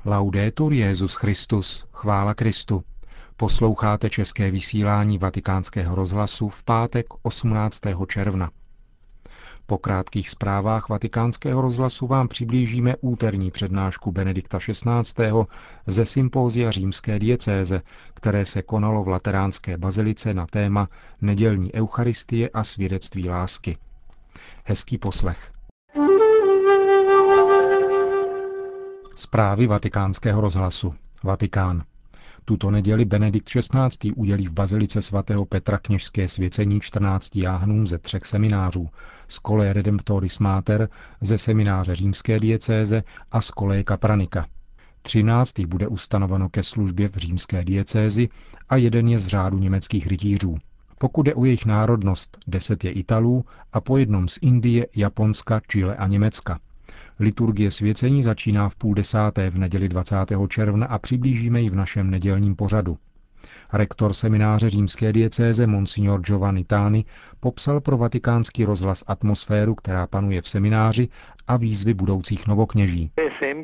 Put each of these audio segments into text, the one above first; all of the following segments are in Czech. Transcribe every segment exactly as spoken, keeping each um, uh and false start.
Laudetur Jesus Christus, chvála Kristu. Posloucháte české vysílání Vatikánského rozhlasu v pátek osmnáctého června. Po krátkých zprávách Vatikánského rozhlasu vám přiblížíme úterní přednášku Benedikta šestnáctého ze sympózia římské diecéze, které se konalo v Lateránské bazilice na téma Nedělní eucharistie a svědectví lásky. Hezký poslech. Zprávy Vatikánského rozhlasu. Vatikán. Tuto neděli Benedikt šestnáctý udělí v bazilice svatého Petra kněžské svěcení čtrnácti jáhnům ze třech seminářů, z Scholae Redemptoris Mater, ze semináře římské diecéze a z Scholae Capranica. Třináct jich bude ustanoveno ke službě v římské diecézi a jeden je z řádu německých rytířů. Pokud jde o jejich národnost, deset je Italů a po jednom z Indie, Japonska, Chile a Německa. Liturgie svěcení začíná v půl desáté v neděli dvacátého června a přiblížíme ji v našem nedělním pořadu. Rektor semináře římské diecéze Monsignor Giovanni Tani popsal pro Vatikánský rozhlas atmosféru, která panuje v semináři, a výzvy budoucích novokněží.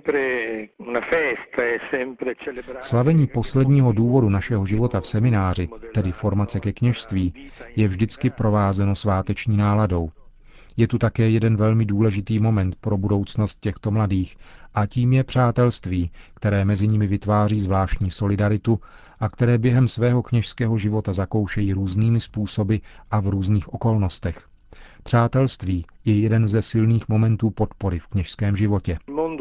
Slavení posledního důvodu našeho života v semináři, tedy formace ke kněžství, je vždycky provázeno sváteční náladou. Je tu také jeden velmi důležitý moment pro budoucnost těchto mladých a tím je přátelství, které mezi nimi vytváří zvláštní solidaritu a které během svého kněžského života zakoušejí různými způsoby a v různých okolnostech. Přátelství je jeden ze silných momentů podpory v kněžském životě.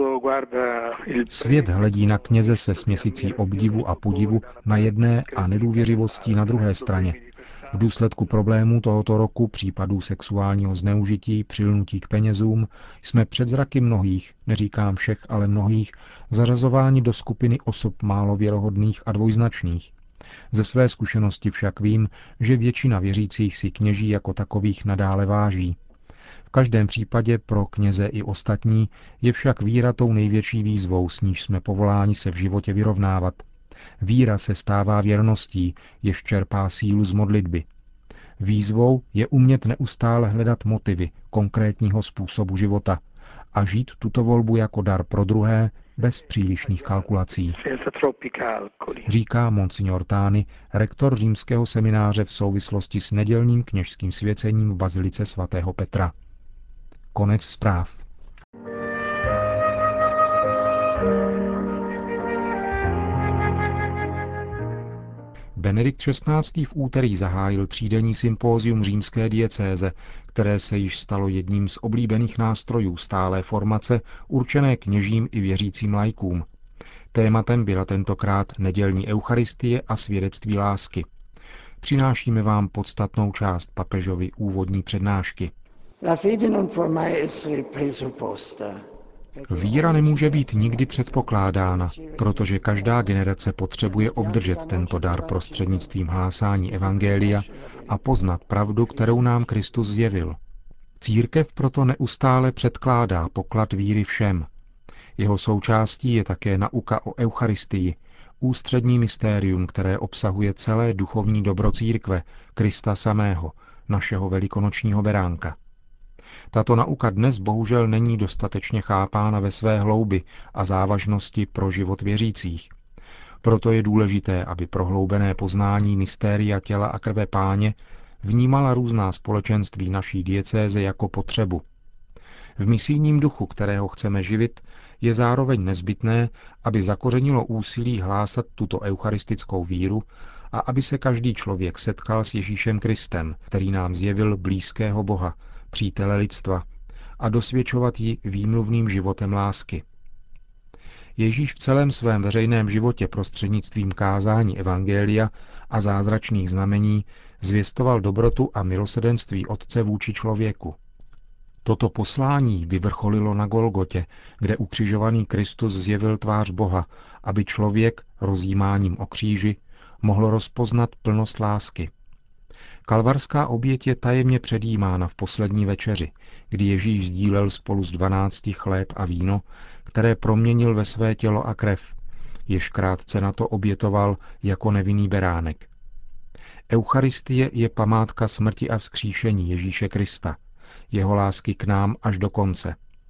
Svět hledí na kněze se směsicí obdivu a podivu na jedné a nedůvěřivostí na druhé straně. V důsledku problémů tohoto roku, případů sexuálního zneužití, přilnutí k penězům, jsme před zraky mnohých, neříkám všech, ale mnohých, zařazováni do skupiny osob málo věrohodných a dvojznačných. Ze své zkušenosti však vím, že většina věřících si kněží jako takových nadále váží. V každém případě pro kněze i ostatní je však víra tou největší výzvou, s níž jsme povoláni se v životě vyrovnávat. Víra se stává věrností, jež čerpá sílu z modlitby. Výzvou je umět neustále hledat motivy konkrétního způsobu života a žít tuto volbu jako dar pro druhé bez přílišných kalkulací. Říká Monsignor Tani, rektor římského semináře v souvislosti s nedělním kněžským svěcením v bazilice svatého Petra. Konec zpráv. Benedikt šestnáctý v úterý zahájil třídenní sympózium římské diecéze, které se již stalo jedním z oblíbených nástrojů stálé formace určené kněžím i věřícím laikům. Tématem byla tentokrát nedělní eucharistie a svědectví lásky. Přinášíme vám podstatnou část papežovy úvodní přednášky. Víra nemůže být nikdy předpokládána, protože každá generace potřebuje obdržet tento dar prostřednictvím hlásání evangelia a poznat pravdu, kterou nám Kristus zjevil. Církev proto neustále předkládá poklad víry všem. Jeho součástí je také nauka o eucharistii, ústřední mystérium, které obsahuje celé duchovní dobro církve, Krista samého, našeho velikonočního beránka. Tato nauka dnes bohužel není dostatečně chápána ve své hloubi a závažnosti pro život věřících. Proto je důležité, aby prohloubené poznání mystéria těla a krve Páně vnímala různá společenství naší diecéze jako potřebu. V misijním duchu, kterého chceme živit, je zároveň nezbytné, aby zakořenilo úsilí hlásat tuto eucharistickou víru a aby se každý člověk setkal s Ježíšem Kristem, který nám zjevil blízkého Boha, přítele lidstva, a dosvědčovat ji výmluvným životem lásky. Ježíš v celém svém veřejném životě prostřednictvím kázání evangelia a zázračných znamení zvěstoval dobrotu a milosrdenství Otce vůči člověku. Toto poslání vyvrcholilo na Golgotě, kde ukřižovaný Kristus zjevil tvář Boha, aby člověk rozjímáním o kříži mohl rozpoznat plnost lásky. Kalvarská oběť je tajemně předjímána v poslední večeři, kdy Ježíš sdílel spolu s dvanácti chléb a víno, které proměnil ve své tělo a krev, jež krátce na to obětoval jako nevinný beránek. Eucharistie je památka smrti a vzkříšení Ježíše Krista, jeho lásky k nám až do konce.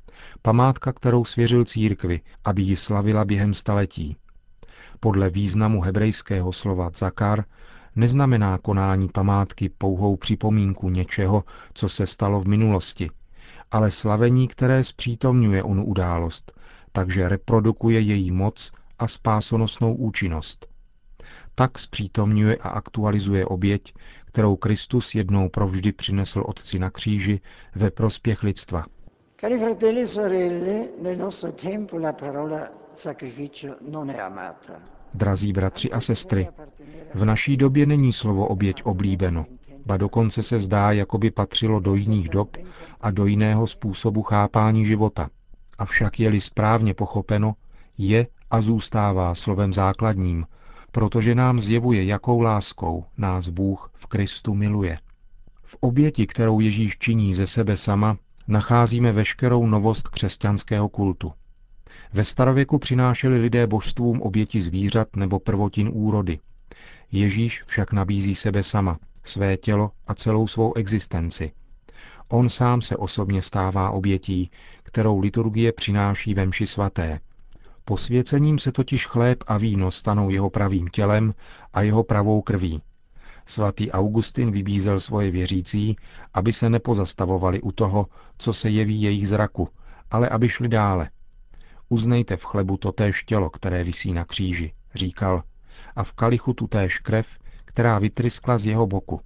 památka, kterou svěřil církvi, aby ji slavila během staletí. Podle významu hebrejského slova zakar neznamená konání památky pouhou připomínku něčeho, co se stalo v minulosti, ale slavení, které zpřítomňuje onu událost, takže reprodukuje její moc a spásonosnou účinnost. Tak zpřítomňuje a aktualizuje oběť, kterou Kristus jednou provždy přinesl Otci na kříži ve prospěch lidstva. Cari fratelli e sorelle, nel nostro tempo la parola sacrificio non è amata. Drazí bratři a sestry, v naší době není slovo oběť oblíbeno, ba dokonce se zdá, jako by patřilo do jiných dob a do jiného způsobu chápání života. Avšak je-li správně pochopeno, je a zůstává slovem základním, protože nám zjevuje, jakou láskou nás Bůh v Kristu miluje. V oběti, kterou Ježíš činí ze sebe sama, nacházíme veškerou novost křesťanského kultu. Ve starověku přinášeli lidé božstvům oběti zvířat nebo prvotin úrody. Ježíš však nabízí sebe sama, své tělo a celou svou existenci. On sám se osobně stává obětí, kterou liturgie přináší ve mši svaté. Posvěcením se totiž chléb a víno stanou jeho pravým tělem a jeho pravou krví. Svatý Augustin vybízel svoje věřící, aby se nepozastavovali u toho, co se jeví jejich zraku, ale aby šli dále. Uznejte v chlebu totéž tělo, které visí na kříži, říkal, a v kalichu tutéž krev, která vytryskla z jeho boku.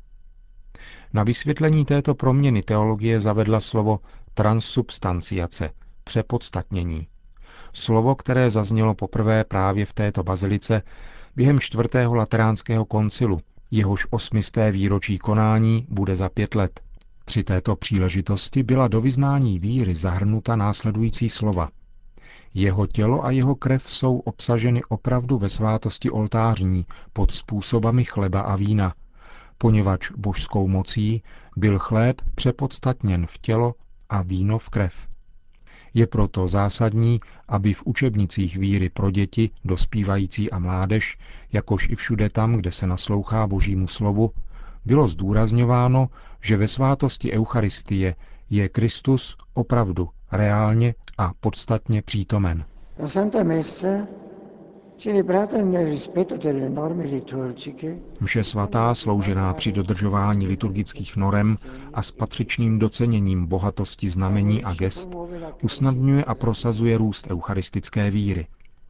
Na vysvětlení této proměny teologie zavedla slovo transsubstanciace, přepodstatnění. Slovo, které zaznělo poprvé právě v této bazilice během čtvrtého lateránského koncilu, jehož osmisté výročí konání bude za pět let. Při této příležitosti byla do vyznání víry zahrnuta následující slova. Jeho tělo a jeho krev jsou obsaženy opravdu ve svátosti oltářní pod způsobami chleba a vína, poněvadž božskou mocí byl chléb přepodstatněn v tělo a víno v krev. Je proto zásadní, aby v učebnicích víry pro děti, dospívající a mládež, jakož i všude tam, kde se naslouchá Božímu slovu, bylo zdůrazňováno, že ve svátosti Eucharistie je Kristus opravdu, reálně a podstatně přítomen. La Santa Messa, celebrata nel rispetto delle norme liturgiche, Mše svatá, sloužená při dodržování liturgických norem a s patřičným doceněním bohatosti znamení a gest, usnadňuje a prosazuje růst eucharistické víry.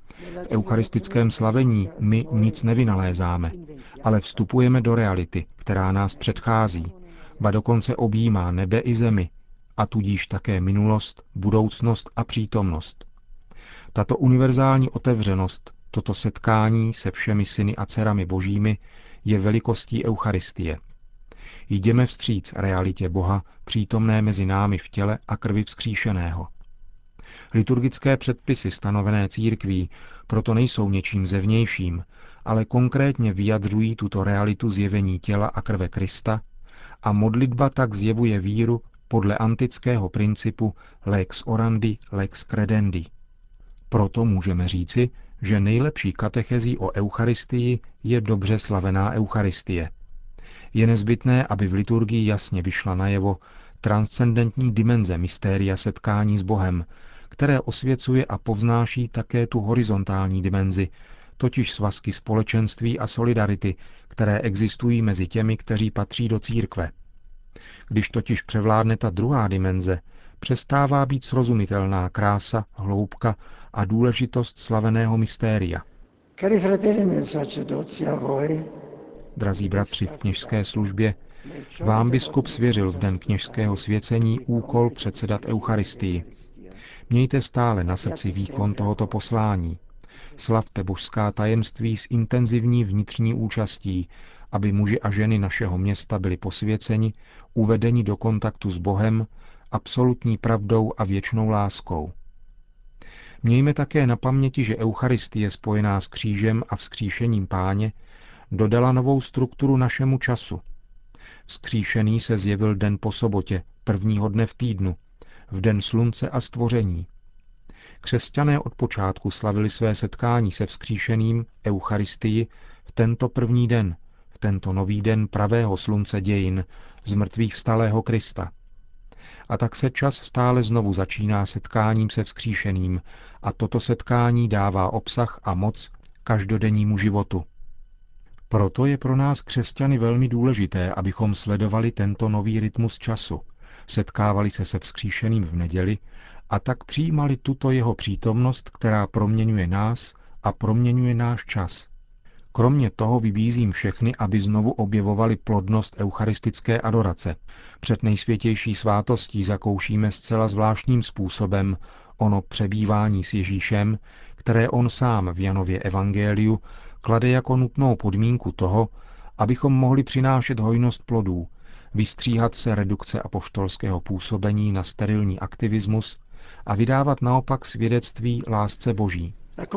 V eucharistickém slavení my nic nevynalézáme, ale vstupujeme do reality, která nás předchází, ba dokonce objímá nebe i zemi, a tudíž také minulost, budoucnost a přítomnost. Tato univerzální otevřenost, toto setkání se všemi syny a dcerami božími je velikostí Eucharistie. Jdeme vstříc realitě Boha, přítomné mezi námi v těle a krvi vzkříšeného. Liturgické předpisy stanovené církví proto nejsou něčím zevnějším, ale konkrétně vyjadřují tuto realitu zjevení těla a krve Krista a modlitba tak zjevuje víru podle antického principu lex orandi, lex credendi. Proto můžeme říci, že nejlepší katechezí o Eucharistii je dobře slavená Eucharistie. Je nezbytné, aby v liturgii jasně vyšla najevo transcendentní dimenze mystéria setkání s Bohem, které osvěcuje a povznáší také tu horizontální dimenzi, totiž svazky společenství a solidarity, které existují mezi těmi, kteří patří do církve. Když totiž převládne ta druhá dimenze, přestává být srozumitelná krása, hloubka a důležitost slaveného mystéria. Drazí bratři v kněžské službě, vám biskup svěřil v den kněžského svěcení úkol předsedat Eucharistii. Mějte stále na srdci výkon tohoto poslání. Slavte božská tajemství s intenzivní vnitřní účastí, aby muži a ženy našeho města byli posvěceni, uvedeni do kontaktu s Bohem, absolutní pravdou a věčnou láskou. Mějme také na paměti, že Eucharistie spojená s křížem a vzkříšením Páně dodala novou strukturu našemu času. Vzkříšený se zjevil den po sobotě, prvního dne v týdnu, v den slunce a stvoření. Křesťané od počátku slavili své setkání se vzkříšeným Eucharistii v tento první den, v tento nový den pravého slunce dějin, z mrtvých vstalého Krista. A tak se čas stále znovu začíná setkáním se vzkříšeným a toto setkání dává obsah a moc každodennímu životu. Proto je pro nás křesťany velmi důležité, abychom sledovali tento nový rytmus času, setkávali se se vzkříšeným v neděli a tak přijímali tuto jeho přítomnost, která proměňuje nás a proměňuje náš čas. Kromě toho vybízím všechny, aby znovu objevovali plodnost eucharistické adorace. Před nejsvětější svátostí zakoušíme zcela zvláštním způsobem ono přebývání s Ježíšem, které on sám v Janově evangeliu klade jako nutnou podmínku toho, abychom mohli přinášet hojnost plodů, vystříhat se redukce apoštolského působení na sterilní aktivismus a vydávat naopak svědectví lásce Boží.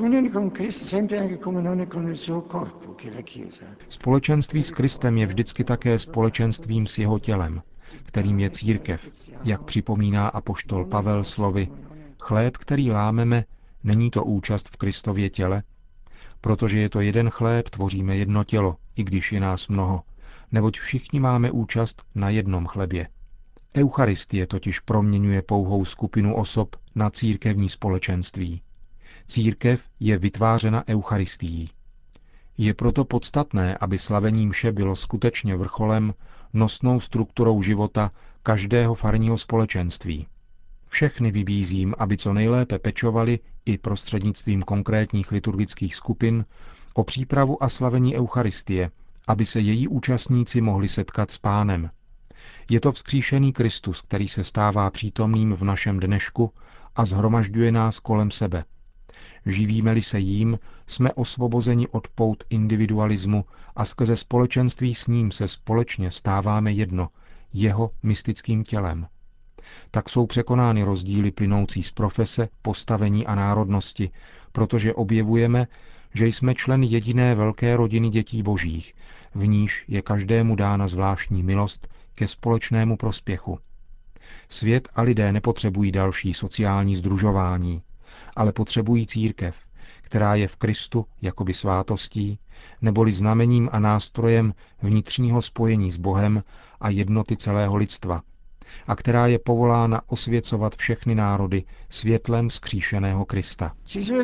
Společenství s Kristem je vždycky také společenstvím s jeho tělem, kterým je církev, jak připomíná apoštol Pavel slovy: chléb, který lámeme, není to účast v Kristově těle? Protože je to jeden chléb, tvoříme jedno tělo, i když je nás mnoho, neboť všichni máme účast na jednom chlebě. Eucharistie totiž proměňuje pouhou skupinu osob na církevní společenství. Církev je vytvářena Eucharistií. Je proto podstatné, aby slavení mše bylo skutečně vrcholem, nosnou strukturou života každého farního společenství. Všechny vybízím, aby co nejlépe pečovali i prostřednictvím konkrétních liturgických skupin o přípravu a slavení Eucharistie, aby se její účastníci mohli setkat s Pánem. Je to vzkříšený Kristus, který se stává přítomným v našem dnešku a shromažďuje nás kolem sebe. Živíme-li se jím, jsme osvobozeni od pout individualismu a skrze společenství s ním se společně stáváme jedno, jeho mystickým tělem. Tak jsou překonány rozdíly plynoucí z profese, postavení a národnosti, protože objevujeme, že jsme člen jediné velké rodiny dětí božích, v níž je každému dána zvláštní milost ke společnému prospěchu. Svět a lidé nepotřebují další sociální sdružování, ale potřebují církev, která je v Kristu jakoby svátostí, neboli znamením a nástrojem vnitřního spojení s Bohem a jednoty celého lidstva, a která je povolána osvěcovat všechny národy světlem vzkříšeného Krista.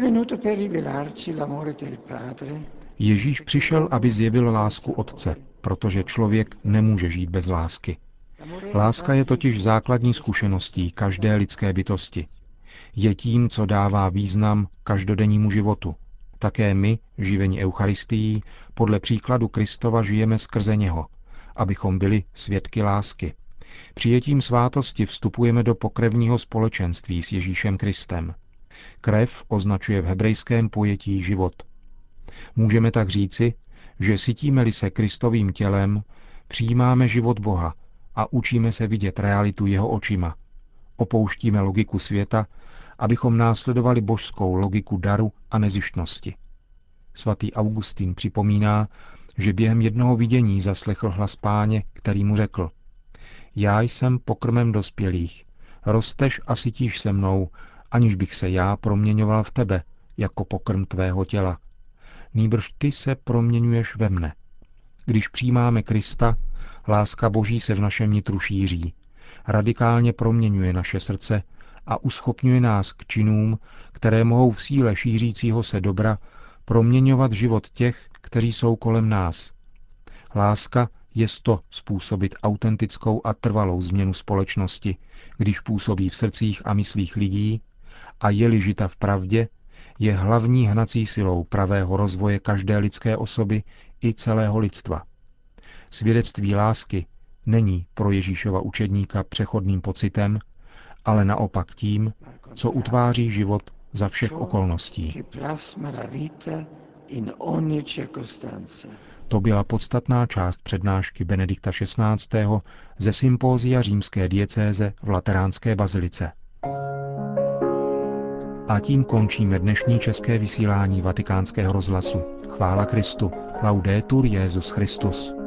Ježíš přišel, aby zjevil lásku Otce, protože člověk nemůže žít bez lásky. Láska je totiž základní zkušeností každé lidské bytosti. Je tím, co dává význam každodennímu životu. Také my, živení Eucharistií, podle příkladu Kristova žijeme skrze něho, abychom byli svědky lásky. Přijetím svátosti vstupujeme do pokrevního společenství s Ježíšem Kristem. Krev označuje v hebrejském pojetí život. Můžeme tak říci, že sytíme-li se Kristovým tělem, přijímáme život Boha a učíme se vidět realitu jeho očima. Opouštíme logiku světa, abychom následovali božskou logiku daru a nezištnosti. Svatý Augustín připomíná, že během jednoho vidění zaslechl hlas Páně, který mu řekl: Já jsem pokrmem dospělých, rosteš a sytíš se mnou, aniž bych se já proměňoval v tebe, jako pokrm tvého těla. Nýbrž ty se proměňuješ ve mne. Když přijímáme Krista, láska Boží se v našem nitru šíří, radikálně proměňuje naše srdce a uschopňuje nás k činům, které mohou v síle šířícího se dobra proměňovat život těch, kteří jsou kolem nás. Láska jest to způsobit autentickou a trvalou změnu společnosti, když působí v srdcích a myslích lidí, a je-li žita v pravdě, je hlavní hnací silou pravého rozvoje každé lidské osoby i celého lidstva. Svědectví lásky není pro Ježíšova učedníka přechodným pocitem, ale naopak tím, co utváří život za všech okolností. To byla podstatná část přednášky Benedikta šestnáctého ze sympózia římské diecéze v Lateránské bazilice. A tím končíme dnešní české vysílání Vatikánského rozhlasu. Chvála Kristu. Laudetur Jesus Christus.